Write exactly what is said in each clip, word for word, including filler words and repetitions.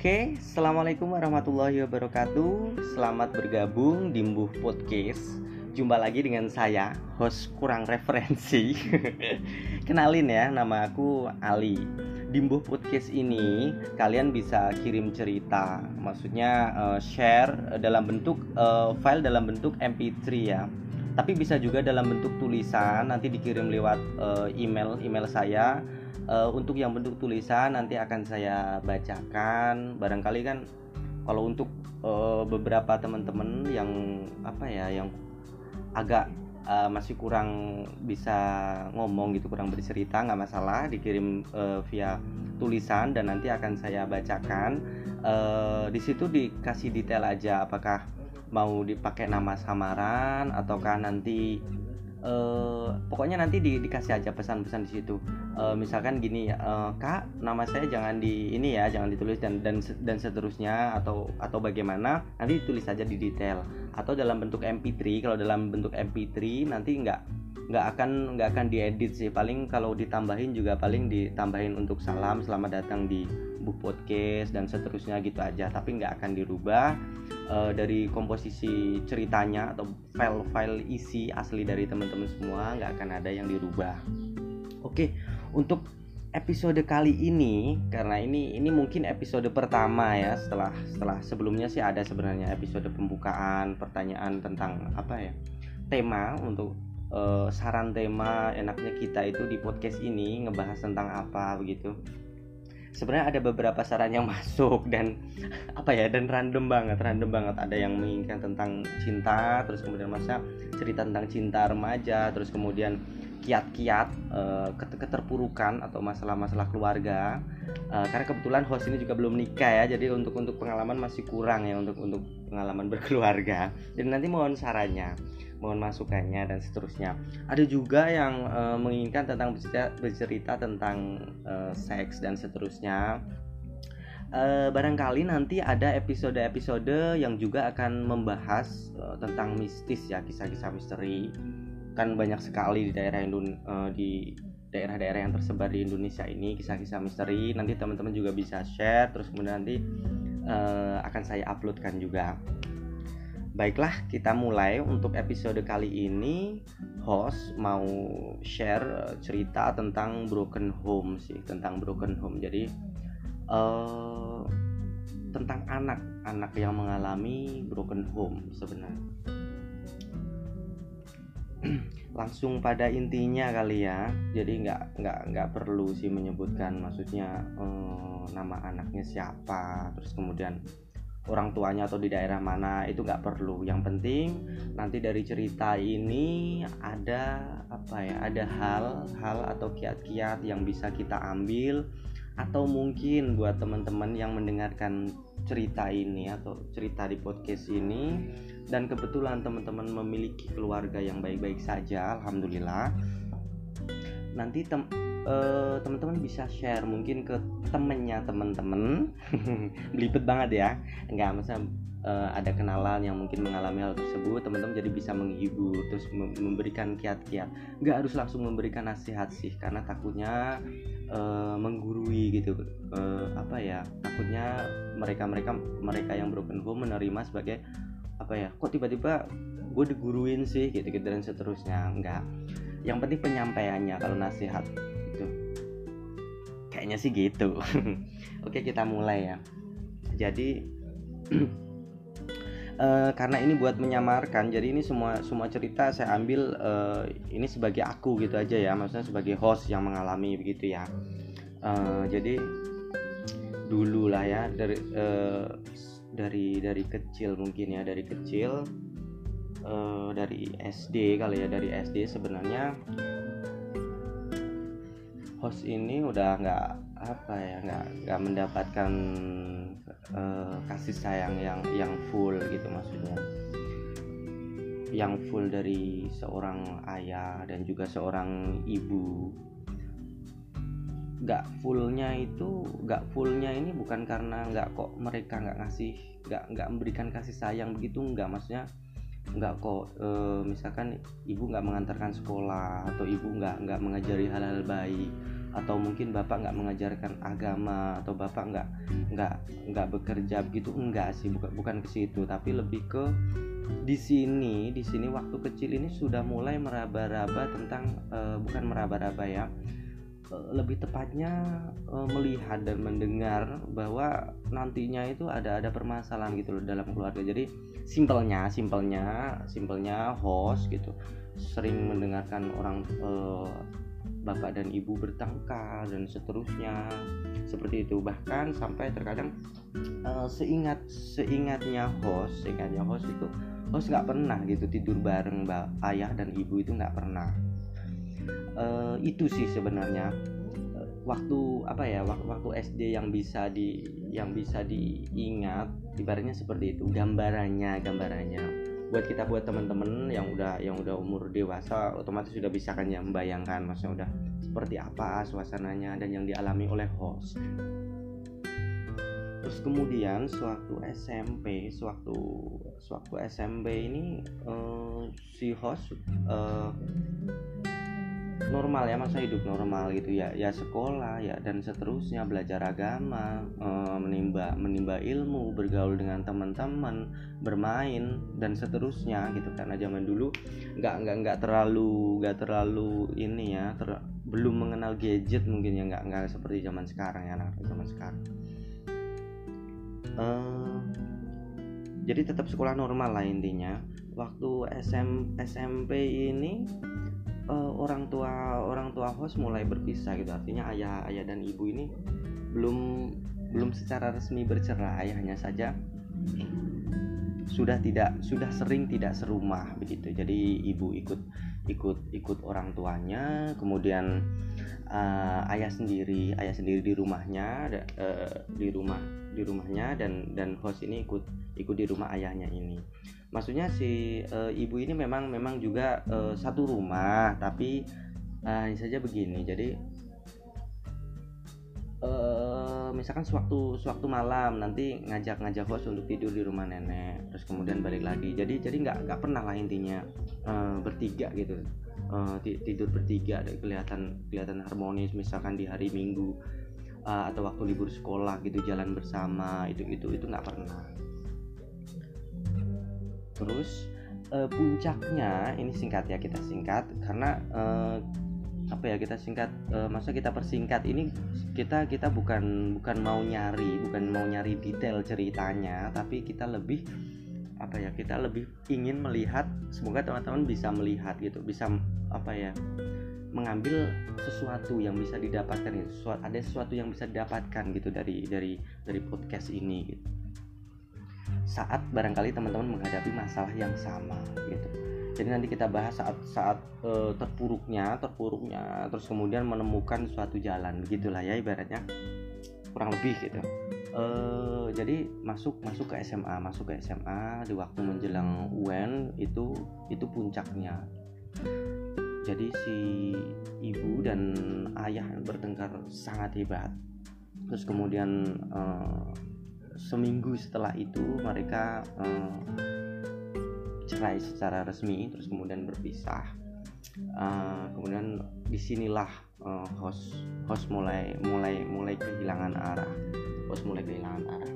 Oke, assalamualaikum warahmatullahi wabarakatuh. Selamat bergabung di Mbuh Podcast. Jumpa lagi dengan saya, host kurang referensi. Kenalin ya, nama aku Ali. Di Mbuh Podcast ini kalian bisa kirim cerita, maksudnya uh, share dalam bentuk uh, file dalam bentuk M P tiga ya. Tapi bisa juga dalam bentuk tulisan, nanti dikirim lewat uh, email email saya. Uh, untuk yang bentuk tulisan nanti akan saya bacakan. Barangkali kan kalau untuk uh, beberapa teman-teman yang apa ya, yang agak uh, masih kurang bisa ngomong gitu, kurang bercerita, nggak masalah, dikirim uh, via tulisan dan nanti akan saya bacakan. Uh, di situ dikasih detail aja, apakah mau dipakai nama samaran ataukah nanti Uh, pokoknya nanti di, dikasih aja pesan-pesan di situ. Uh, misalkan gini ya, uh, Kak, nama saya jangan di ini ya, jangan ditulis dan dan dan seterusnya, atau atau bagaimana, nanti ditulis aja di detail. Atau dalam bentuk M P tiga, kalau dalam bentuk M P tiga nanti nggak nggak akan nggak akan diedit sih. Paling kalau ditambahin juga paling ditambahin untuk salam, selamat datang di Mbuh Podcast dan seterusnya gitu aja. Tapi nggak akan dirubah uh, dari komposisi ceritanya atau file-file isi asli dari teman-teman semua, nggak akan ada yang dirubah. Oke, untuk episode kali ini, karena ini ini mungkin episode pertama ya, setelah setelah sebelumnya sih ada sebenarnya episode pembukaan, pertanyaan tentang apa ya, tema untuk uh, saran tema enaknya kita itu di podcast ini ngebahas tentang apa begitu. Sebenarnya ada beberapa saran yang masuk dan apa ya, dan random banget, random banget. Ada yang menginginkan tentang cinta, terus kemudian masa cerita tentang cinta remaja, terus kemudian kiat-kiat uh, keterpurukan atau masalah-masalah keluarga. Uh, karena kebetulan host ini juga belum nikah ya, jadi untuk untuk pengalaman masih kurang ya untuk untuk pengalaman berkeluarga. Jadi nanti mohon sarannya, mohon masukannya dan seterusnya. Ada juga yang uh, menginginkan tentang bercerita, bercerita tentang uh, seks dan seterusnya. Uh, barangkali nanti ada episode-episode yang juga akan membahas uh, tentang mistis ya, kisah-kisah misteri. Kan banyak sekali di daerah Indon uh, di daerah-daerah yang tersebar di Indonesia ini kisah-kisah misteri. Nanti teman-teman juga bisa share, terus kemudian nanti uh, akan saya uploadkan juga. Baiklah, kita mulai. Untuk episode kali ini host mau share cerita tentang broken home sih, tentang broken home. Jadi uh, tentang anak-anak yang mengalami broken home sebenarnya. Langsung pada intinya kali ya. Jadi nggak nggak nggak perlu sih menyebutkan, maksudnya uh, nama anaknya siapa, terus kemudian orang tuanya atau di daerah mana, itu nggak perlu. Yang penting nanti dari cerita ini ada apa ya, ada hal-hal atau kiat-kiat yang bisa kita ambil, atau mungkin buat teman-teman yang mendengarkan cerita ini atau cerita di podcast ini dan kebetulan teman-teman memiliki keluarga yang baik-baik saja, alhamdulillah, nanti tem Uh, teman-teman bisa share mungkin ke temennya teman-teman. Belibet banget ya, enggak, maksudnya uh, ada kenalan yang mungkin mengalami hal tersebut, teman-teman jadi bisa menghibur, terus memberikan kiat-kiat. Enggak harus langsung memberikan nasihat sih, karena takutnya uh, menggurui gitu, uh, apa ya, takutnya mereka-mereka mereka yang broken home menerima sebagai apa ya, kok tiba-tiba gue diguruin sih gitu-gitu dan seterusnya. Enggak, yang penting penyampaiannya kalau nasihat. Kayaknya sih gitu. Oke, kita mulai ya. Jadi uh, karena ini buat menyamarkan, jadi ini semua semua cerita saya ambil uh, ini sebagai aku gitu aja ya, maksudnya sebagai host yang mengalami begitu ya. Uh, jadi dulu lah ya, dari uh, dari dari kecil mungkin ya, dari kecil uh, dari S D kali ya, dari S D sebenarnya host ini udah nggak apa ya, nggak nggak mendapatkan uh, kasih sayang yang yang full gitu, maksudnya yang full dari seorang ayah dan juga seorang ibu. Nggak fullnya itu nggak fullnya ini bukan karena nggak kok mereka nggak ngasih nggak nggak memberikan kasih sayang begitu, nggak, maksudnya nggak kok. E, misalkan ibu nggak mengantarkan sekolah atau ibu nggak nggak mengajari hal-hal baik, atau mungkin bapak nggak mengajarkan agama, atau bapak nggak nggak nggak bekerja begitu, enggak sih, bukan bukan ke situ, tapi lebih ke di sini di sini waktu kecil ini sudah mulai meraba-raba tentang uh, bukan meraba-raba ya, uh, lebih tepatnya uh, melihat dan mendengar bahwa nantinya itu ada ada permasalahan gitu loh dalam keluarga. Jadi simpelnya simpelnya simpelnya host gitu sering mendengarkan orang uh, bapak dan ibu bertengkar dan seterusnya seperti itu. Bahkan sampai terkadang uh, seingat seingatnya host seingatnya host itu host nggak pernah gitu tidur bareng mbak ayah dan ibu, itu nggak pernah. Uh, itu sih sebenarnya uh, waktu apa ya waktu, waktu S D yang bisa di yang bisa diingat, ibaratnya seperti itu gambarannya gambarannya buat kita, buat teman-teman yang udah yang udah umur dewasa otomatis sudah bisa kan ya membayangkan maksudnya udah seperti apa suasananya dan yang dialami oleh host. Terus kemudian sewaktu S M P sewaktu sewaktu S M P ini uh, si host uh, normal ya, masa hidup normal gitu ya, ya sekolah ya dan seterusnya, belajar agama, e, menimba menimba ilmu, bergaul dengan teman-teman, bermain dan seterusnya gitu. Karena zaman dulu nggak nggak nggak terlalu nggak terlalu ini ya, ter, belum mengenal gadget mungkin ya, nggak nggak seperti zaman sekarang ya, anak zaman sekarang. E, jadi tetap sekolah normal lah intinya. Waktu S M S M P ini Uh, orang tua orang tua host mulai berpisah gitu, artinya ayah ayah dan ibu ini belum belum secara resmi bercerai, hanya saja sudah tidak sudah sering tidak serumah begitu. Jadi ibu ikut ikut ikut orang tuanya, kemudian uh, ayah sendiri ayah sendiri di rumahnya uh, di rumah di rumahnya dan dan host ini ikut ikut di rumah ayahnya ini. Maksudnya si e, ibu ini memang memang juga e, satu rumah, tapi hanya saja begini. Jadi e, misalkan sewaktu sewaktu malam nanti ngajak-ngajak host untuk tidur di rumah nenek, terus kemudian balik lagi. Jadi jadi nggak nggak pernah lah intinya e, bertiga gitu, e, tidur bertiga, kelihatan kelihatan harmonis. Misalkan di hari Minggu e, atau waktu libur sekolah gitu jalan bersama, itu itu itu nggak pernah. Terus uh, puncaknya ini singkat ya, kita singkat karena uh, apa ya kita singkat uh, masa kita persingkat ini, kita kita bukan bukan mau nyari bukan mau nyari detail ceritanya, tapi kita lebih apa ya kita lebih ingin melihat, semoga teman-teman bisa melihat gitu, bisa apa ya mengambil sesuatu yang bisa didapatkan gitu, sesuatu, ada sesuatu yang bisa didapatkan gitu dari dari dari podcast ini gitu, saat barangkali teman-teman menghadapi masalah yang sama gitu. Jadi nanti kita bahas saat saat e, terpuruknya terpuruknya terus kemudian menemukan suatu jalan, begitulah ya ibaratnya, kurang lebih gitu. E, jadi masuk masuk ke S M A masuk ke S M A di waktu menjelang U N itu itu puncaknya. Jadi si ibu dan ayah bertengkar sangat hebat. Terus kemudian e, seminggu setelah itu mereka uh, cerai secara resmi, terus kemudian berpisah. Uh, kemudian disinilah uh, host host mulai mulai mulai kehilangan arah, host mulai kehilangan arah.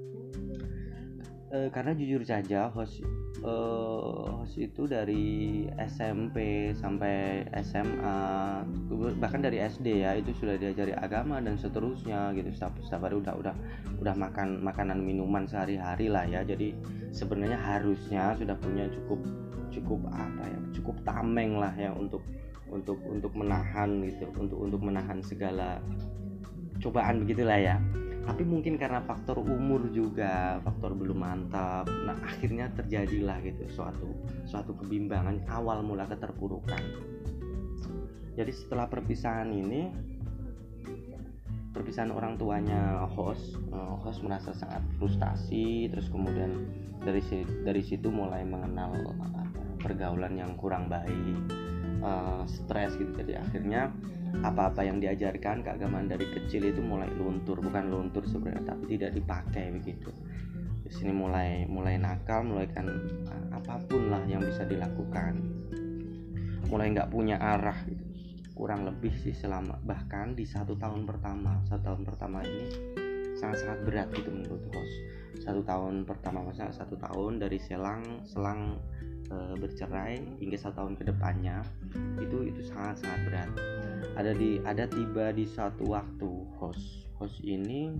Uh, karena jujur saja host uh, host itu dari S M P sampai S M A, bahkan dari S D ya, itu sudah diajari agama dan seterusnya gitu. Setiap setiap hari udah udah udah makan makanan minuman sehari-hari lah ya. Jadi sebenarnya harusnya sudah punya cukup cukup apa ya cukup tameng lah ya untuk untuk untuk menahan gitu, untuk untuk menahan segala cobaan begitulah ya. Tapi mungkin karena faktor umur juga, faktor belum mantap, nah akhirnya terjadilah gitu suatu suatu kebimbangan, awal mula keterpurukan. Jadi setelah perpisahan ini, perpisahan orang tuanya host, host merasa sangat frustasi, terus kemudian dari dari situ mulai mengenal pergaulan yang kurang baik, uh, stres gitu. Jadi akhirnya apa-apa yang diajarkan keagamaan dari kecil itu mulai luntur, bukan luntur sebenarnya, tapi tidak dipakai begitu. Di sini mulai mulai nakal, mulai kan apapun lah yang bisa dilakukan, mulai nggak punya arah gitu. kurang lebih sih selama bahkan di satu tahun pertama satu tahun pertama ini sangat-sangat berat gitu menurut host. Satu tahun pertama, maksudnya satu tahun dari selang selang e, bercerai hingga satu tahun ke depannya itu itu sangat-sangat berat. Ada di ada tiba di suatu waktu host host ini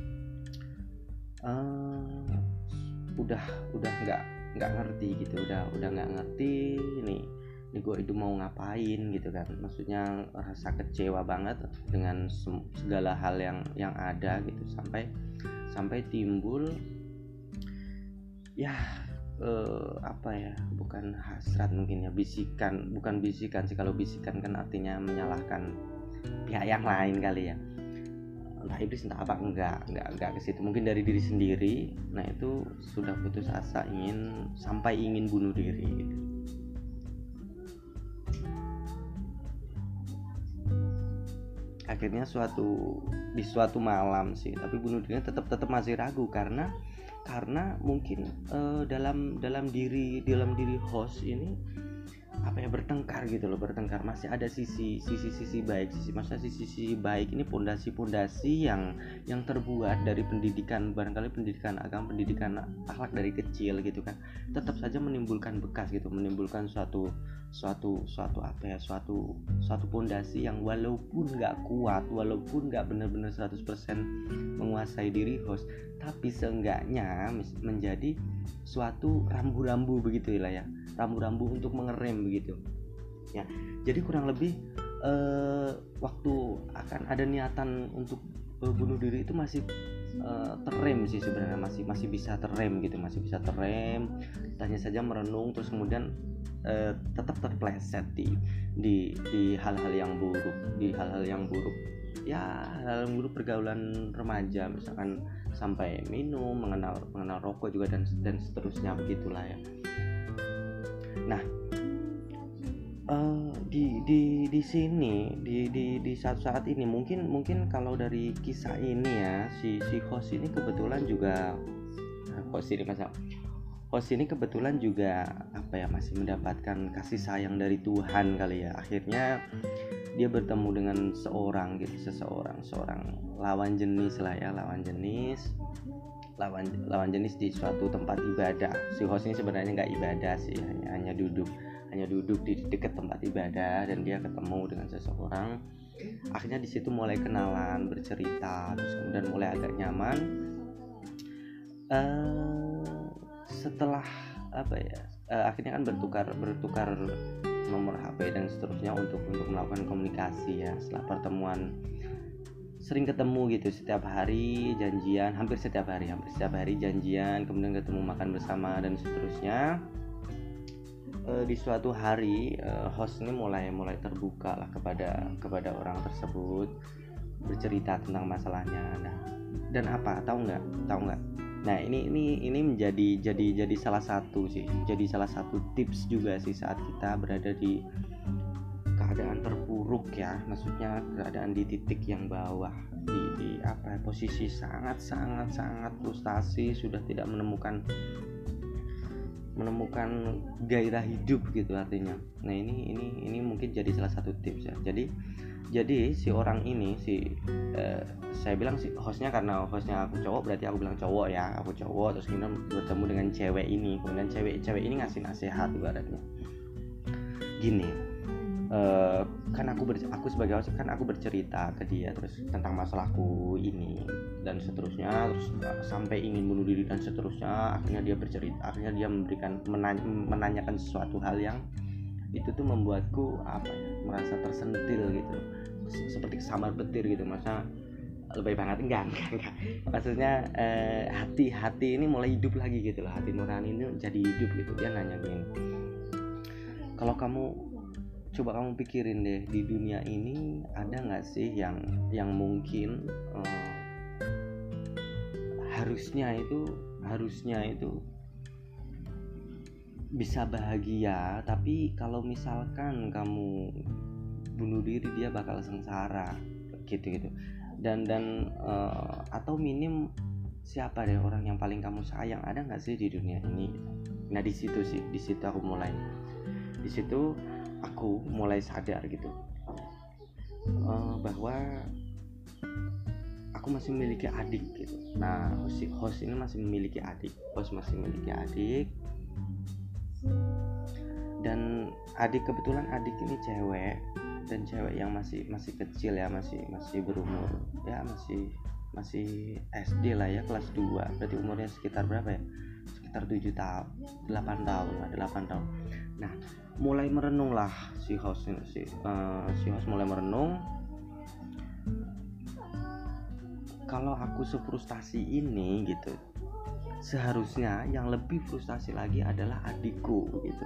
uh, udah udah nggak nggak ngerti gitu, udah udah nggak ngerti nih ini gue itu mau ngapain gitu kan, maksudnya rasa kecewa banget dengan segala hal yang yang ada gitu, sampai sampai timbul ya eh, apa ya, bukan hasrat mungkin ya, bisikan, bukan bisikan sih, kalau bisikan kan artinya menyalahkan pihak yang lain kali ya, entah iblis entah apa, enggak enggak enggak ke situ, mungkin dari diri sendiri. Nah itu sudah putus asa, ingin sampai ingin bunuh diri gitu. Akhirnya suatu di suatu malam sih, tapi bunuh dirinya tetap tetap masih ragu karena karena mungkin uh, dalam dalam diri dalam diri host ini apa ya, bertengkar gitu loh, bertengkar, masih ada sisi sisi sisi baik, sisi masa sisi sisi baik ini, pondasi-pondasi yang yang terbuat dari pendidikan, barangkali pendidikan agama, pendidikan akhlak dari kecil gitu kan, tetap saja menimbulkan bekas gitu, menimbulkan suatu suatu suatu apa ya, suatu suatu pondasi yang walaupun nggak kuat, walaupun nggak benar-benar seratus persen menguasai diri host, tapi seenggaknya menjadi suatu rambu-rambu begitu lah ya, rambu-rambu untuk mengerem begitu ya. Jadi kurang lebih eh, waktu akan ada niatan untuk eh, bunuh diri itu masih eh, terrem sih sebenarnya, masih masih bisa terrem gitu, masih bisa terrem, hanya saja merenung, terus kemudian eh, tetap terpleset di di di hal-hal yang buruk, di hal-hal yang buruk ya, hal-hal yang buruk pergaulan remaja, misalkan sampai minum, mengenal mengenal rokok juga, dan dan seterusnya begitulah ya. Nah, uh, di di di sini di di di saat-saat ini mungkin mungkin kalau dari kisah ini ya, si si host ini kebetulan juga host ini masa host ini kebetulan juga apa ya, masih mendapatkan kasih sayang dari Tuhan kali ya. Akhirnya dia bertemu dengan seorang gitu, seseorang seorang lawan jenis lah ya, lawan jenis lawan lawan jenis di suatu tempat ibadah. Si host ini sebenarnya nggak ibadah sih, hanya hanya duduk hanya duduk di dekat tempat ibadah, dan dia ketemu dengan seseorang. Akhirnya di situ mulai kenalan, bercerita, terus kemudian mulai agak nyaman. Uh, setelah apa ya, uh, akhirnya kan bertukar bertukar nomor H P dan seterusnya untuk untuk melakukan komunikasi ya. Setelah pertemuan sering ketemu gitu, setiap hari janjian, hampir setiap hari hampir setiap hari janjian, kemudian ketemu makan bersama dan seterusnya. E, di suatu hari e, host ini mulai mulai terbuka lah kepada kepada orang tersebut, bercerita tentang masalahnya. Nah, dan apa tahu nggak tahu nggak nah ini ini ini menjadi jadi jadi salah satu sih jadi salah satu tips juga sih saat kita berada di keadaan terpuruk ya, maksudnya keadaan di titik yang bawah, di, di apa posisi sangat sangat sangat frustasi, sudah tidak menemukan menemukan gairah hidup gitu artinya. Nah ini ini ini mungkin jadi salah satu tips ya. Jadi jadi si orang ini si eh, saya bilang si hostnya, karena hostnya aku cowok berarti aku bilang cowok ya, aku cowok, terus kemudian bertemu dengan cewek ini, kemudian cewek cewek ini ngasih nasihat ibaratnya gini. Uh, kan aku ber, aku sebagai host kan aku bercerita ke dia terus tentang masalahku ini dan seterusnya, terus uh, sampai ingin bunuh diri dan seterusnya. Akhirnya dia bercerita, akhirnya dia memberikan menany- menanyakan sesuatu hal yang itu tuh membuatku apa ya, merasa tersentil gitu, seperti kesambar petir gitu. Masa lebih banget enggak enggak, enggak. Maksudnya uh, hati-hati ini mulai hidup lagi gitu loh, hati nurani ini jadi hidup gitu. Dia nanya gini, kalau kamu coba kamu pikirin deh, di dunia ini ada nggak sih yang yang mungkin uh, harusnya itu harusnya itu bisa bahagia, tapi kalau misalkan kamu bunuh diri dia bakal sengsara gitu gitu. Dan dan uh, atau minim siapa deh orang yang paling kamu sayang, ada nggak sih di dunia ini? Nah di situ sih di situ aku mulai di situ aku mulai sadar gitu. uh, bahwa aku masih memiliki adik gitu. Nah, host, host ini masih memiliki adik, host masih memiliki adik. Dan adik kebetulan adik ini cewek, dan cewek yang masih masih kecil ya, masih masih berumur ya masih masih S D lah ya, kelas dua. Berarti umurnya sekitar berapa ya? Sekitar tujuh tahun, delapan tahun lah, delapan tahun. Nah, mulai merenung lah si host ini, si uh, si host mulai merenung. Kalau aku sefrustasi ini gitu, seharusnya yang lebih frustasi lagi adalah adikku gitu.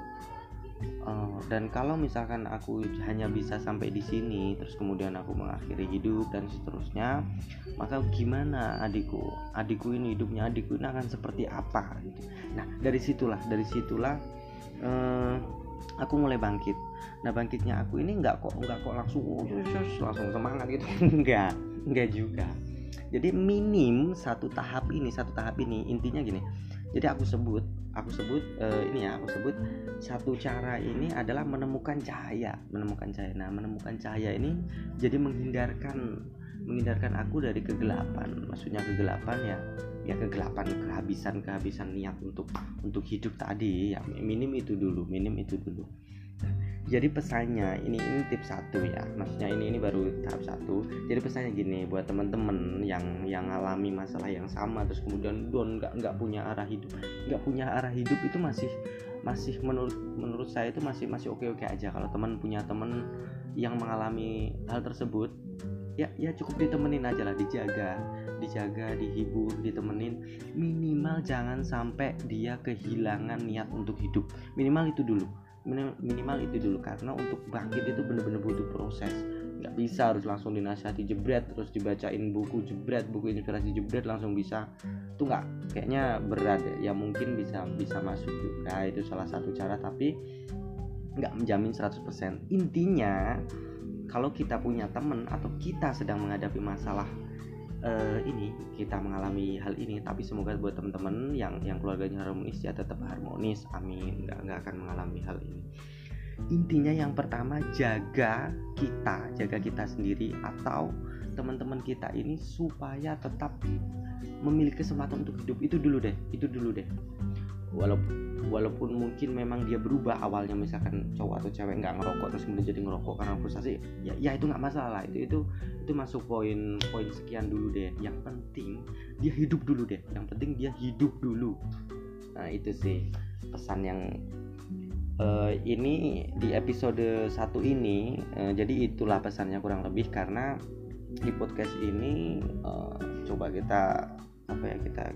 Uh, dan kalau misalkan aku hanya bisa sampai di sini, terus kemudian aku mengakhiri hidup dan seterusnya, maka gimana adikku? Adikku ini hidupnya adikku ini akan seperti apa? Gitu. Nah, dari situlah, dari situlah uh, aku mulai bangkit. Nah, bangkitnya aku ini nggak kok, nggak kok langsung, oh, langsung semangat gitu, nggak, nggak juga. Jadi minim satu tahap ini, satu tahap ini intinya gini. Jadi aku sebut, aku sebut uh, ini ya, aku sebut satu cara ini adalah menemukan cahaya, menemukan cahaya. Nah, menemukan cahaya ini jadi menghindarkan, menghindarkan aku dari kegelapan. Maksudnya kegelapan ya, ya kegelapan, kehabisan, kehabisan niat untuk untuk hidup tadi. Ya minim itu dulu, minim itu dulu. Jadi pesannya ini ini tips satu ya, maksudnya ini ini baru tahap satu. Jadi pesannya gini buat teman-teman yang yang ngalami masalah yang sama, terus kemudian don nggak nggak punya arah hidup, nggak punya arah hidup itu masih masih menurut menurut saya itu masih masih oke oke aja. Kalau teman punya teman yang mengalami hal tersebut, ya ya cukup ditemenin aja lah, dijaga, dijaga, dihibur, ditemenin. Minimal jangan sampai dia kehilangan niat untuk hidup. Minimal itu dulu. minimal itu dulu karena untuk bangkit itu benar-benar butuh proses. Nggak bisa harus langsung dinasihati jebret, terus dibacain buku jebret, buku inspirasi jebret langsung bisa. Itu nggak, kayaknya berat ya. Ya mungkin bisa bisa masuk juga, itu salah satu cara, tapi nggak menjamin seratus persen. Intinya kalau kita punya teman atau kita sedang menghadapi masalah Uh, ini kita mengalami hal ini, tapi semoga buat teman-teman yang yang keluarganya harmonis ya tetap harmonis, amin, nggak nggak akan mengalami hal ini. Intinya yang pertama, jaga kita, jaga kita sendiri atau teman-teman kita ini supaya tetap memiliki kesempatan untuk hidup. Itu dulu deh, itu dulu deh. Walaupun walaupun mungkin memang dia berubah awalnya, misalkan cowok atau cewek nggak ngerokok terus kemudian jadi ngerokok karena frustasi, ya ya itu nggak masalah, itu itu itu masuk poin poin sekian dulu deh. Yang penting dia hidup dulu deh, yang penting dia hidup dulu. Nah itu sih pesan yang uh, ini di episode satu ini. Uh, jadi itulah pesannya kurang lebih, karena di podcast ini uh, coba kita apa ya kita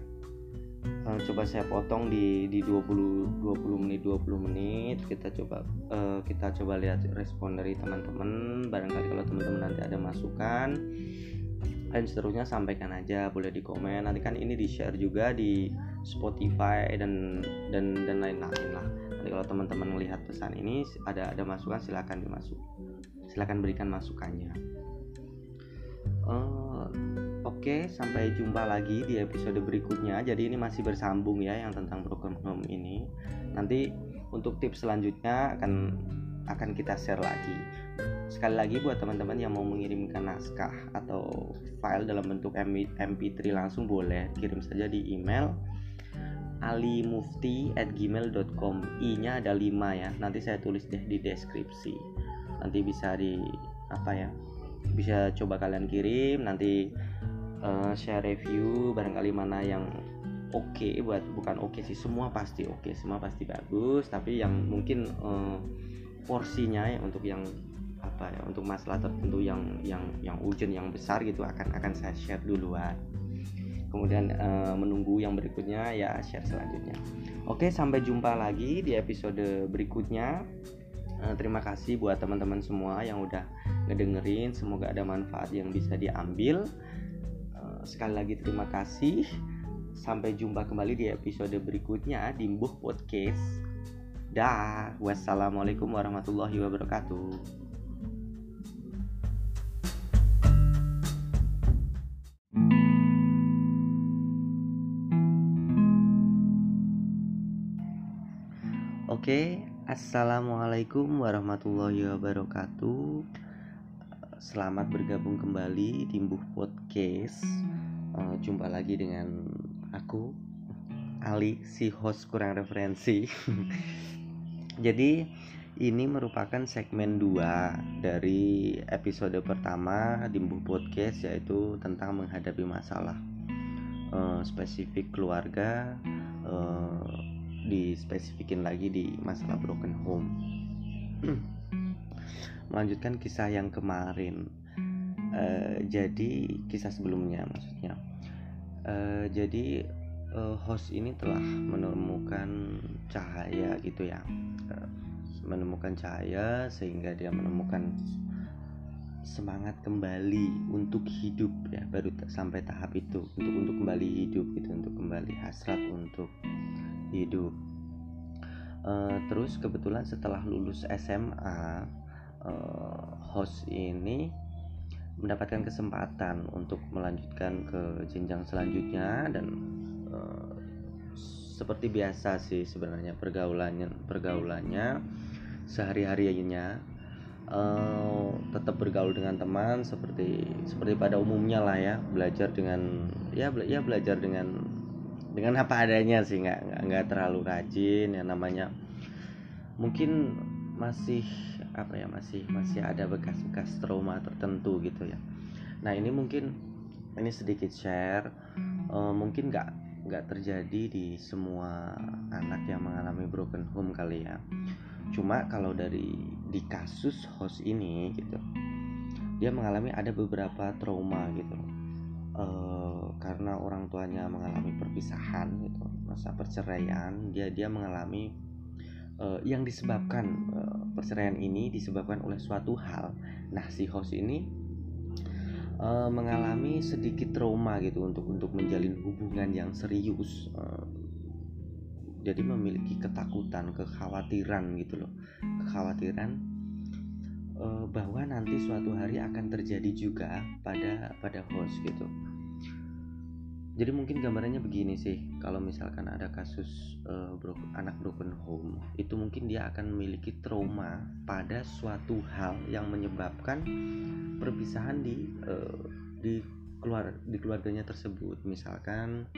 Uh, coba saya potong di di dua puluh menit dua puluh menit. Kita coba uh, kita coba lihat respon dari teman-teman. Barangkali kalau teman-teman nanti ada masukan dan seterusnya, sampaikan aja, boleh di komen. Nanti kan ini di share juga di Spotify dan dan dan lain-lain lah. Nanti kalau teman-teman melihat pesan ini ada ada masukan, silakan dimasuk, silakan berikan masukannya. Uh, Oke, sampai jumpa lagi di episode berikutnya. Jadi ini masih bersambung ya yang tentang broken home ini. Nanti untuk tips selanjutnya akan akan kita share lagi. Sekali lagi buat teman-teman yang mau mengirimkan naskah atau file dalam bentuk M P tiga langsung boleh kirim saja di email alimufti at gmail dot com. I-nya ada lima ya. Nanti saya tulis deh di deskripsi. Nanti bisa di apa ya? Bisa coba kalian kirim, nanti uh, share review barangkali mana yang oke okay, buat bukan oke okay sih, semua pasti oke, okay, semua pasti bagus, tapi yang mungkin uh, porsinya ya untuk yang apa ya, untuk masalah tertentu yang yang yang urgent, yang besar gitu akan akan saya share duluan. Kemudian uh, menunggu yang berikutnya ya share selanjutnya. Oke, sampai jumpa lagi di episode berikutnya. Uh, terima kasih buat teman-teman semua yang udah ngedengerin, semoga ada manfaat yang bisa diambil. Uh, sekali lagi terima kasih. Sampai jumpa kembali di episode berikutnya di Mbuh Podcast. Dah, wassalamualaikum warahmatullahi wabarakatuh. Oke, assalamualaikum warahmatullahi wabarakatuh. Selamat bergabung kembali di Mbuh Podcast. Uh, jumpa lagi dengan aku, Ali, si host kurang referensi. Jadi ini merupakan segmen dua dari episode pertama di Mbuh Podcast, yaitu tentang menghadapi masalah uh, spesifik keluarga, uh, dispesifikin lagi di masalah broken home. Melanjutkan kisah yang kemarin, uh, jadi kisah sebelumnya maksudnya. Uh, jadi uh, host ini telah menemukan cahaya gitu ya, uh, menemukan cahaya sehingga dia menemukan semangat kembali untuk hidup ya, baru t- sampai tahap itu untuk untuk kembali hidup gitu, untuk kembali hasrat untuk hidup. Uh, terus kebetulan setelah lulus S M A, Uh, host ini mendapatkan kesempatan untuk melanjutkan ke jenjang selanjutnya dan uh, seperti biasa sih sebenarnya pergaulannya pergaulannya sehari-harinya uh, tetap bergaul dengan teman seperti seperti pada umumnya lah ya, belajar dengan ya bela- ya belajar dengan dengan apa adanya sih, nggak nggak nggak terlalu rajin ya, namanya mungkin masih apa ya masih masih ada bekas-bekas trauma tertentu gitu ya. Nah ini mungkin ini sedikit share, uh, mungkin nggak nggak terjadi di semua anak yang mengalami broken home kali ya. Cuma kalau dari di kasus host ini gitu, dia mengalami ada beberapa trauma gitu, uh, karena orang tuanya mengalami perpisahan gitu, masa perceraian, dia dia mengalami uh, yang disebabkan uh, perceraian ini disebabkan oleh suatu hal. Nah, si host ini uh, mengalami sedikit trauma gitu untuk untuk menjalin hubungan yang serius. Uh, jadi memiliki ketakutan, kekhawatiran gitu loh, kekhawatiran uh, bahwa nanti suatu hari akan terjadi juga pada pada host gitu. Jadi mungkin gambarannya begini sih, kalau misalkan ada kasus uh, bro, anak broken home, itu mungkin dia akan memiliki trauma pada suatu hal yang menyebabkan perpisahan di uh, di keluar di keluarganya tersebut. Misalkan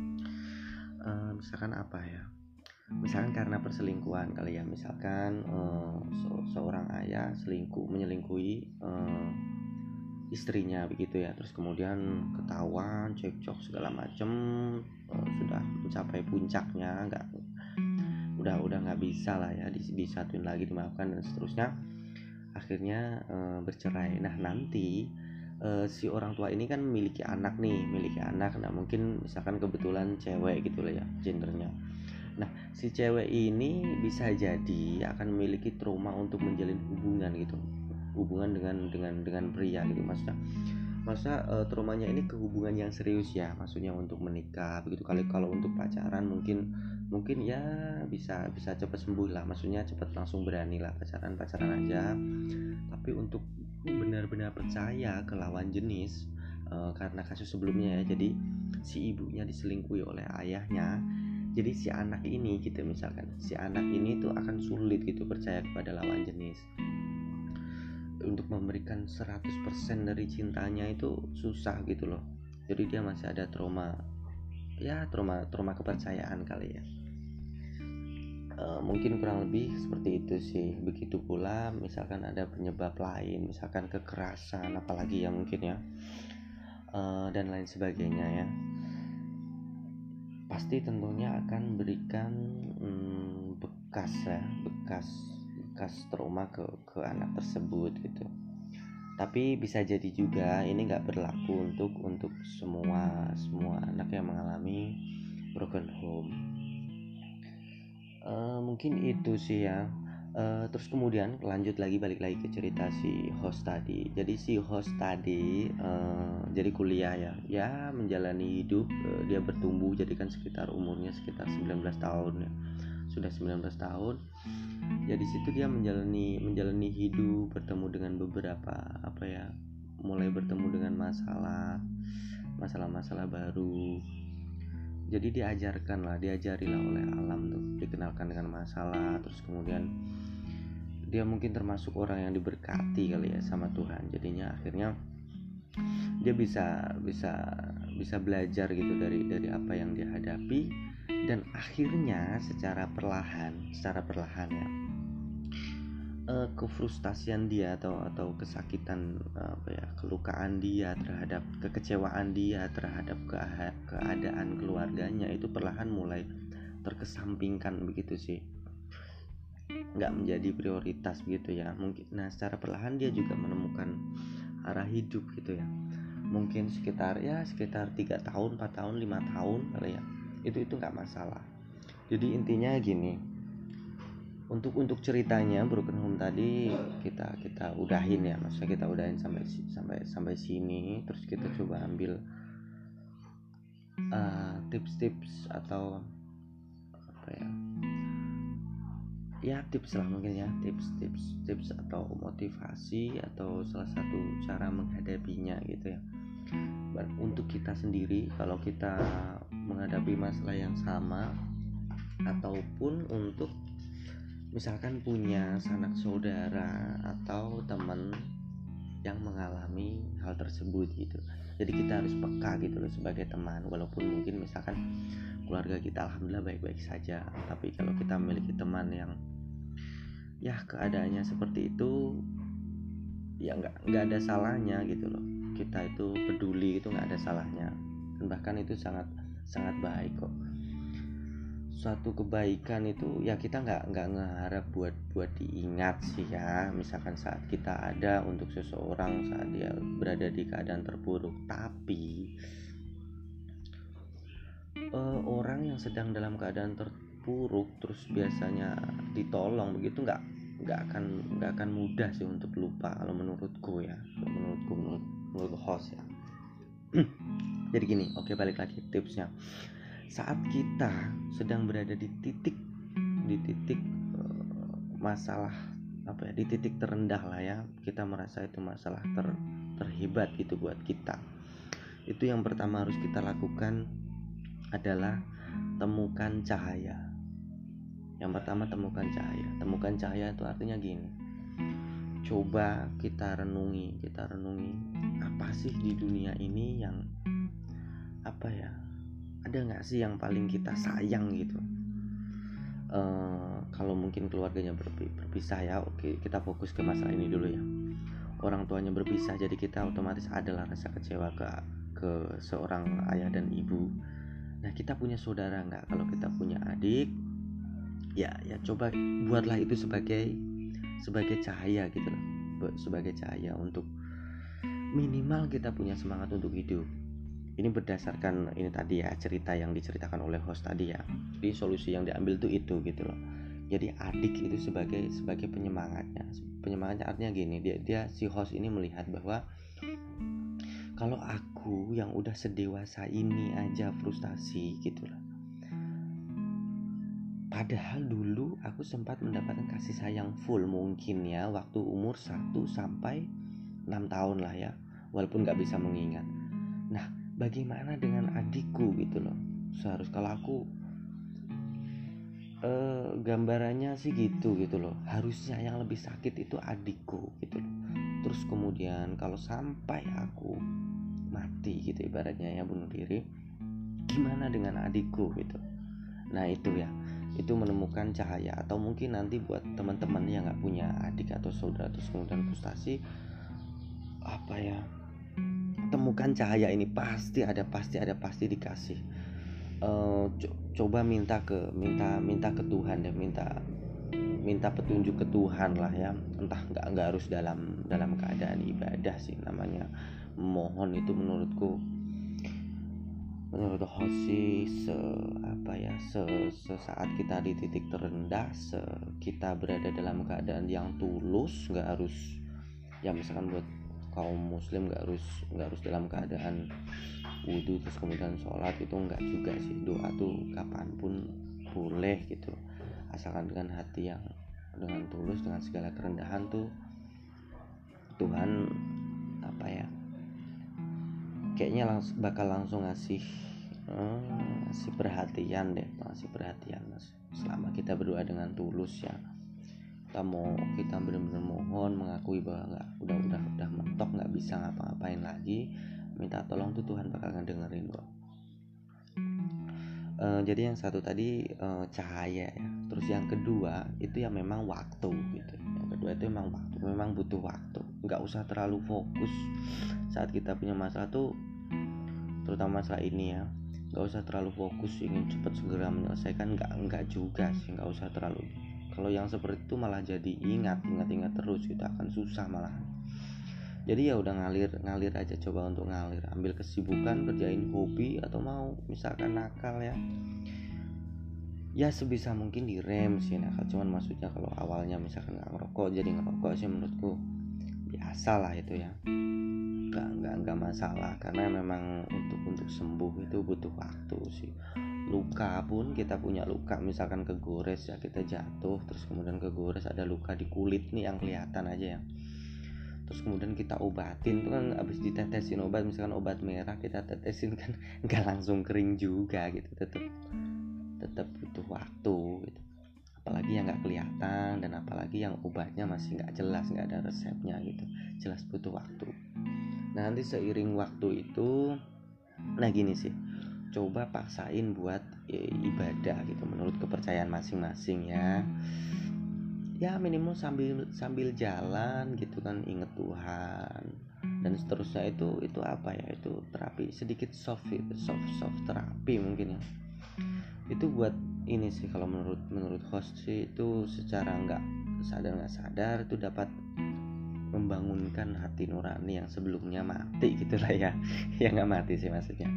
uh, misalkan apa ya? Misalkan karena perselingkuhan kali ya. Misalkan uh, se- seorang ayah selingkuh menyelingkuhi uh, istrinya begitu ya, terus kemudian ketahuan cekcok segala macem, uh, sudah mencapai puncaknya, nggak udah udah nggak bisa lah ya disatuin lagi, dimaafkan dan seterusnya, akhirnya uh, bercerai. Nah nanti uh, si orang tua ini kan memiliki anak nih memiliki anak nah mungkin misalkan kebetulan cewek gitu lah ya gendernya. Nah si cewek ini bisa jadi akan memiliki trauma untuk menjalin hubungan gitu, hubungan dengan dengan dengan pria gitu, maksudnya masa uh, traumanya ini ke hubungan yang serius ya, maksudnya untuk menikah begitu. Kali kalau untuk pacaran mungkin mungkin ya bisa bisa cepat sembuh lah, maksudnya cepat langsung berani lah pacaran pacaran aja. Tapi untuk benar-benar percaya ke lawan jenis, uh, karena kasus sebelumnya ya, jadi si ibunya diselingkuhi oleh ayahnya, jadi si anak ini gitu, misalkan si anak ini tuh akan sulit gitu percaya kepada lawan jenis, untuk memberikan seratus persen dari cintanya itu susah gitu loh. Jadi dia masih ada trauma ya, trauma trauma kepercayaan kali ya. E, mungkin kurang lebih seperti itu sih. Begitu pula misalkan ada penyebab lain, misalkan kekerasan apalagi ya mungkin ya, e, dan lain sebagainya ya, pasti tentunya akan berikan hmm, bekas ya, bekas bekas trauma ke ke anak tersebut gitu. Tapi bisa jadi juga ini nggak berlaku untuk untuk semua semua anak yang mengalami broken home. Uh, mungkin itu sih ya. Uh, terus kemudian lanjut lagi, balik lagi ke cerita si host tadi. Jadi si host tadi uh, jadi kuliah ya, ya menjalani hidup. Uh, dia bertumbuh, jadi kan sekitar umurnya sekitar sembilan belas tahun ya, sudah sembilan belas tahun. Ya di situ dia menjalani menjalani hidup, bertemu dengan beberapa apa ya, mulai bertemu dengan masalah masalah-masalah baru. Jadi diajarkan lah, diajari lah oleh alam tuh, dikenalkan dengan masalah, terus kemudian dia mungkin termasuk orang yang diberkati kali ya sama Tuhan, jadinya akhirnya dia bisa bisa bisa belajar gitu dari dari apa yang dia hadapi, dan akhirnya secara perlahan secara perlahan ya eh, kefrustasian dia atau atau kesakitan, apa ya, kelukaan dia terhadap kekecewaan dia terhadap ke- keadaan keluarganya itu perlahan mulai terkesampingkan begitu sih, nggak menjadi prioritas begitu ya mungkin. Nah, secara perlahan dia juga menemukan arah hidup gitu ya, mungkin sekitar ya sekitar tiga tahun, empat tahun, lima tahun kali ya, itu itu nggak masalah. Jadi intinya gini, untuk untuk ceritanya Broken Home tadi kita kita udahin ya, maksudnya kita udahin sampai sampai sampai sini, terus kita coba ambil uh, tips-tips atau apa ya ya tips lah mungkin ya, tips-tips tips atau motivasi atau salah satu cara menghadapinya gitu ya. Untuk kita sendiri kalau kita menghadapi masalah yang sama, ataupun untuk misalkan punya sanak saudara atau teman yang mengalami hal tersebut gitu. Jadi kita harus peka gitu loh sebagai teman, walaupun mungkin misalkan keluarga kita alhamdulillah baik-baik saja, tapi kalau kita memiliki teman yang ya keadaannya seperti itu, ya nggak nggak ada salahnya gitu loh kita itu peduli, itu nggak ada salahnya, dan bahkan itu sangat sangat baik kok. Suatu kebaikan itu ya kita nggak nggak ngeharap buat buat diingat sih ya, misalkan saat kita ada untuk seseorang saat dia berada di keadaan terpuruk, tapi uh, orang yang sedang dalam keadaan terpuruk terus biasanya ditolong begitu nggak nggak akan nggak akan mudah sih untuk lupa kalau menurutku ya, menurutku menurut menurut host ya. Jadi gini, oke balik lagi tipsnya. Saat kita sedang berada di titik di titik uh, masalah apa ya, di titik terendah lah ya, kita merasa itu masalah ter, terhebat gitu buat kita, itu yang pertama harus kita lakukan adalah temukan cahaya. Yang pertama temukan cahaya. Temukan cahaya itu artinya gini, coba kita renungi, kita renungi apa sih di dunia ini yang apa ya, ada nggak sih yang paling kita sayang gitu. Uh, kalau mungkin keluarganya berpisah ya, oke kita fokus ke masalah ini dulu ya. Orang tuanya berpisah, jadi kita otomatis adalah rasa kecewa ke ke seorang ayah dan ibu. Nah, kita punya saudara nggak? Kalau kita punya adik, ya ya coba buatlah itu sebagai sebagai cahaya gitu loh, sebagai cahaya untuk minimal kita punya semangat untuk hidup. Ini berdasarkan ini tadi ya, cerita yang diceritakan oleh host tadi ya. Jadi solusi yang diambil tuh itu gitu loh. Jadi adik itu sebagai sebagai penyemangatnya. Penyemangatnya artinya gini, dia dia si host ini melihat bahwa kalau aku yang udah sedewasa ini aja frustasi gitu loh. Padahal dulu aku sempat mendapatkan kasih sayang full mungkin ya waktu umur satu sampai enam tahun lah ya, walaupun gak bisa mengingat. Nah, bagaimana dengan adikku gitu loh. Seharus kalau aku eh, gambarannya sih gitu gitu loh. Harusnya yang lebih sakit itu adikku gitu loh. Terus kemudian kalau sampai aku mati gitu ibaratnya ya, bunuh diri, gimana dengan adikku gitu. Nah itu ya, itu menemukan cahaya. Atau mungkin nanti buat teman-teman yang nggak punya adik atau saudara terus kemudian frustasi, apa ya, temukan cahaya ini, pasti ada pasti ada pasti dikasih. Uh, co- coba minta ke minta minta ke Tuhan deh, minta minta petunjuk ke Tuhan lah ya. Entah nggak nggak harus dalam dalam keadaan ibadah sih, namanya mohon itu menurutku menurut Hoshi se apa ya se sesaat kita di titik terendah, se kita berada dalam keadaan yang tulus, nggak harus ya misalkan buat kaum muslim nggak harus nggak harus dalam keadaan wudhu terus kemudian sholat, itu nggak juga sih. Doa tuh kapanpun boleh gitu, asalkan dengan hati yang dengan tulus, dengan segala kerendahan tuh Tuhan apa ya, kayaknya langs- bakal langsung ngasih hmm, ngasih perhatian deh, ngasih perhatian mas selama kita berdoa dengan tulus ya. kita mau kita benar-benar mohon, mengakui bahwa nggak udah udah udah mentok, nggak bisa ngapa-ngapain lagi, minta tolong tuh Tuhan bakal ngedengerin kok. Uh, jadi yang satu tadi uh, cahaya ya. Terus yang kedua itu ya memang waktu gitu. Yang kedua itu memang waktu, memang butuh waktu. Nggak usah terlalu fokus saat kita punya masalah tuh, terutama masalah ini ya. Nggak usah terlalu fokus ingin cepat segera menyelesaikan. Nggak nggak juga sih, nggak usah terlalu. Kalau yang seperti itu malah jadi ingat ingat ingat terus, kita akan susah malah. Jadi ya udah ngalir ngalir aja, coba untuk ngalir, ambil kesibukan, kerjain hobi atau mau misalkan nakal ya ya sebisa mungkin direm sih nakal. Cuman maksudnya kalau awalnya misalkan nggak ngerokok jadi ngerokok sih menurutku biasa lah itu ya, nggak nggak nggak masalah, karena memang untuk untuk sembuh itu butuh waktu sih. Luka pun kita punya luka, misalkan kegores ya, kita jatuh terus kemudian kegores, ada luka di kulit nih yang kelihatan aja ya, terus kemudian kita obatin tuh kan, abis ditetesin obat, misalkan obat merah kita tetesin kan nggak langsung kering juga gitu, tetap tetap butuh waktu gitu. Apalagi yang nggak kelihatan, dan apalagi yang obatnya masih nggak jelas, nggak ada resepnya gitu, jelas butuh waktu. Nah nanti seiring waktu itu, nah gini sih, coba paksain buat e, ibadah gitu menurut kepercayaan masing-masing ya. Ya minimal sambil sambil jalan gitu kan, inget Tuhan dan seterusnya. Itu itu apa ya, itu terapi sedikit soft itu, soft soft terapi mungkin ya. Itu buat ini sih kalau menurut menurut host sih, itu secara nggak sadar nggak sadar itu dapat membangunkan hati nurani yang sebelumnya mati gitulah ya. Ya nggak mati sih maksudnya,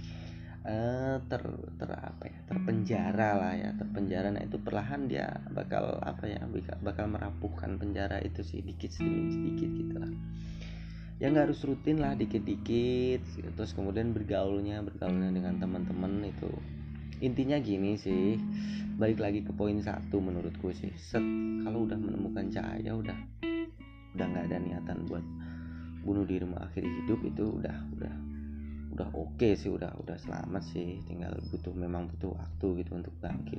Uh, ter ter apa ya terpenjara lah ya, terpenjara. Nah itu perlahan dia bakal apa ya, bakal merapuhkan penjara itu sih, dikit demi sedikit gitu lah ya, nggak harus rutin lah, dikit-dikit. Terus kemudian bergaulnya bergaulnya dengan teman-teman itu, intinya gini sih, balik lagi ke poin satu menurutku sih, set kalau udah menemukan cahaya, udah udah nggak ada niatan buat bunuh diri mengakhiri hidup, itu udah udah udah oke okay sih, udah udah selamat sih, tinggal butuh memang butuh waktu gitu untuk bangkit.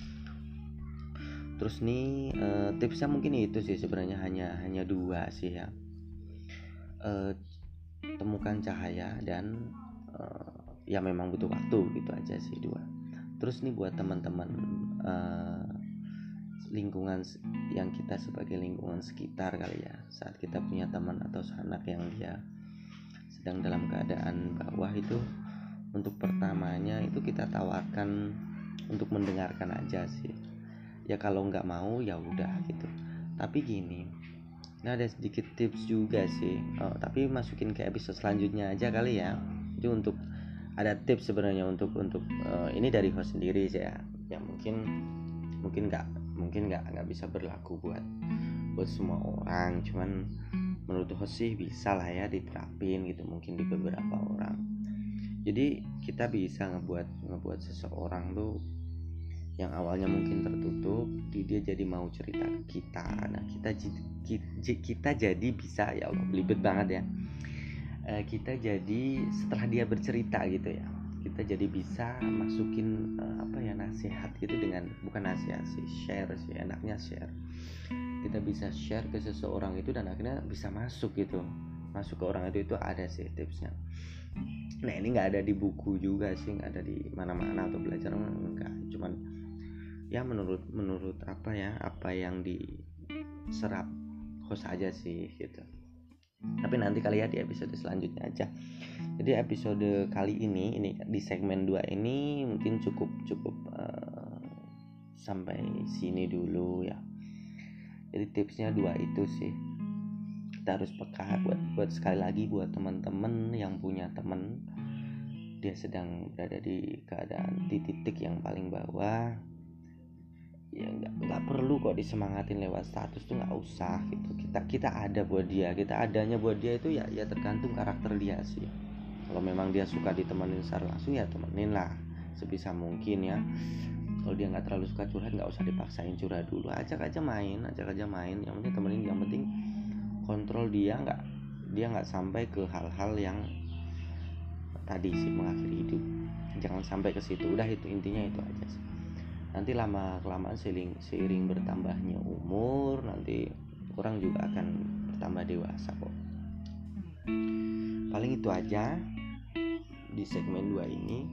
Terus nih eh, tipsnya mungkin itu sih sebenarnya, hanya hanya dua sih ya, eh, temukan cahaya dan eh, ya memang butuh waktu, gitu aja sih dua. Terus nih buat teman-teman eh, lingkungan yang kita sebagai lingkungan sekitar kali ya, saat kita punya teman atau sanak yang dia sedang dalam keadaan bawah itu, untuk pertamanya itu kita tawarkan untuk mendengarkan aja sih ya. Kalau nggak mau ya udah gitu. Tapi gini, nah ada sedikit tips juga sih, oh, tapi masukin ke episode selanjutnya aja kali ya. Itu untuk ada tips sebenarnya untuk untuk uh, ini dari host sendiri sih ya, ya mungkin mungkin nggak mungkin nggak nggak bisa berlaku buat buat semua orang, cuman menurut host sih bisa lah ya diterapin gitu, mungkin di beberapa orang. Jadi kita bisa ngebuat ngebuat seseorang tuh yang awalnya mungkin tertutup, dia jadi mau cerita ke kita. Nah kita kita, kita jadi bisa, ya Allah belibet banget ya, e, kita jadi setelah dia bercerita gitu ya, kita jadi bisa masukin e, apa ya, nasihat gitu, dengan bukan nasihat sih, share sih, enaknya share. Kita bisa share ke seseorang itu dan akhirnya bisa masuk gitu, masuk ke orang itu. Itu ada sih tipsnya. Nah ini nggak ada di buku juga sih, nggak ada di mana-mana atau belajar, enggak, cuman ya menurut menurut apa ya, apa yang diserap host aja sih gitu. Tapi nanti kali ya di episode selanjutnya aja. Jadi episode kali ini ini di segmen dua ini mungkin cukup cukup uh, sampai sini dulu ya. Jadi tipsnya dua itu sih, kita harus peka buat buat sekali lagi buat teman-teman yang punya teman dia sedang berada di keadaan di titik yang paling bawah, ya nggak nggak perlu kok disemangatin lewat status tuh, nggak usah gitu. Kita kita ada buat dia, kita adanya buat dia itu ya ya tergantung karakter dia sih. Kalau memang dia suka ditemenin secara langsung ya temenin lah sebisa mungkin ya. Kalau dia nggak terlalu suka curhat, nggak usah dipaksain curhat dulu, ajak aja main, ajak aja main. Yang penting temenin, yang penting kontrol dia nggak dia nggak sampai ke hal-hal yang tadi sih mengakhiri hidup. Jangan sampai ke situ. Udah itu intinya itu aja sih. nanti lama kelamaan seiring seiring bertambahnya umur, nanti orang juga akan bertambah dewasa kok. Paling itu aja di segmen dua ini.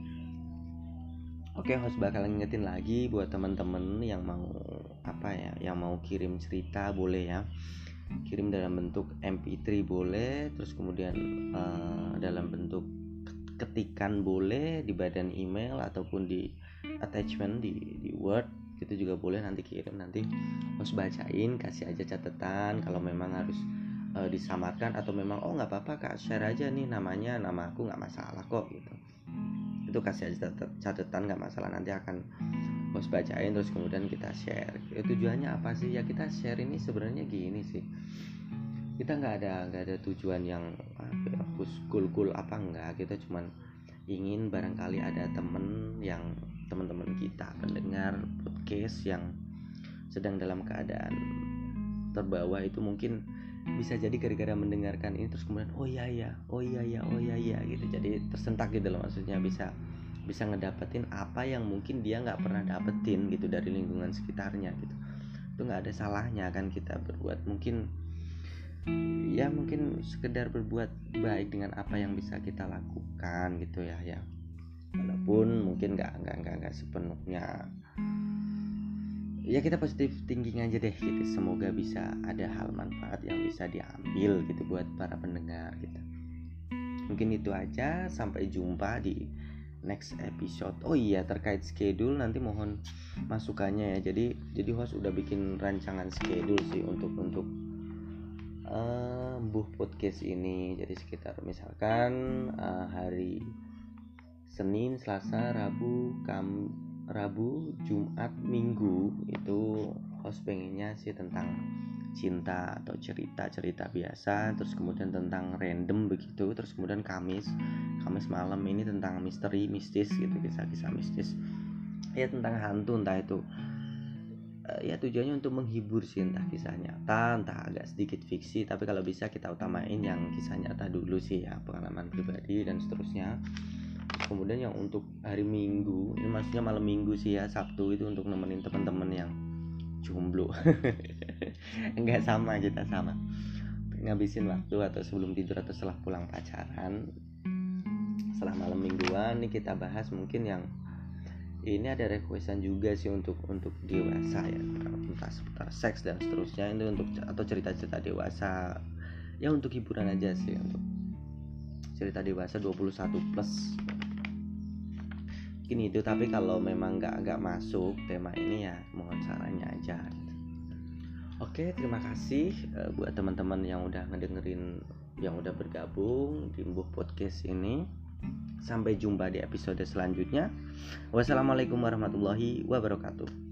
Oke, host bakal ngingetin lagi buat teman-teman yang mau apa ya, yang mau kirim cerita boleh ya. Kirim dalam bentuk M P tiga boleh, terus kemudian uh, dalam bentuk ketikan boleh di badan email ataupun di attachment di di Word, itu juga boleh, nanti kirim, nanti host bacain, kasih aja catatan kalau memang harus uh, disamarkan atau memang oh nggak apa-apa Kak, share aja nih namanya, nama aku nggak masalah kok gitu. Itu kasih aja catatan, nggak masalah, nanti akan host bacain terus kemudian kita share. Ya, tujuannya apa sih? Ya kita share ini sebenarnya gini sih, kita nggak ada nggak ada tujuan yang apa ya, cool-cool apa enggak, kita cuman ingin barangkali ada temen yang teman-teman kita pendengar podcast yang sedang dalam keadaan terbawa itu, mungkin bisa jadi gara-gara mendengarkan ini terus kemudian oh iya ya oh iya ya oh iya ya gitu, jadi tersentak gitu loh, maksudnya bisa bisa ngedapetin apa yang mungkin dia nggak pernah dapetin gitu dari lingkungan sekitarnya gitu. Itu nggak ada salahnya kan kita berbuat, mungkin ya mungkin sekedar berbuat baik dengan apa yang bisa kita lakukan gitu ya ya, walaupun mungkin nggak nggak nggak nggak sepenuhnya ya, kita positif thinking aja deh gitu. Semoga bisa ada hal manfaat yang bisa diambil gitu buat para pendengar gitu. Mungkin itu aja, sampai jumpa di next episode. Oh iya, terkait schedule nanti mohon masukannya ya. Jadi jadi host udah bikin rancangan schedule sih untuk untuk uh, Mbuh Podcast ini. Jadi sekitar misalkan uh, hari Senin, Selasa, Rabu, Kam Rabu, Jumat, Minggu itu host pengennya sih tentang cinta atau cerita-cerita biasa, terus kemudian tentang random begitu, terus kemudian Kamis Kamis malam ini tentang misteri, mistis gitu, kisah-kisah mistis ya, tentang hantu, entah itu uh, ya tujuannya untuk menghibur sih, entah kisah nyata entah agak sedikit fiksi, tapi kalau bisa kita utamain yang kisah nyata dulu sih ya, pengalaman pribadi dan seterusnya. Kemudian yang untuk hari Minggu, ini maksudnya malam Minggu sih ya, Sabtu itu untuk nemenin teman-teman yang jomblo. Enggak, sama, kita sama ngabisin waktu atau sebelum tidur atau setelah pulang pacaran, setelah malam mingguan nih kita bahas mungkin yang ini ada requestan juga sih untuk untuk dewasa ya, entah seputar seks dan seterusnya, itu untuk atau cerita-cerita dewasa ya, untuk hiburan aja sih, untuk cerita dewasa dua puluh satu plus mungkin itu. Tapi kalau memang nggak nggak masuk tema ini ya mohon sarannya aja. Oke, terima kasih uh, buat teman-teman yang udah ngedengerin, yang udah bergabung di Mbuh Podcast ini. Sampai jumpa di episode selanjutnya. Wassalamualaikum warahmatullahi wabarakatuh.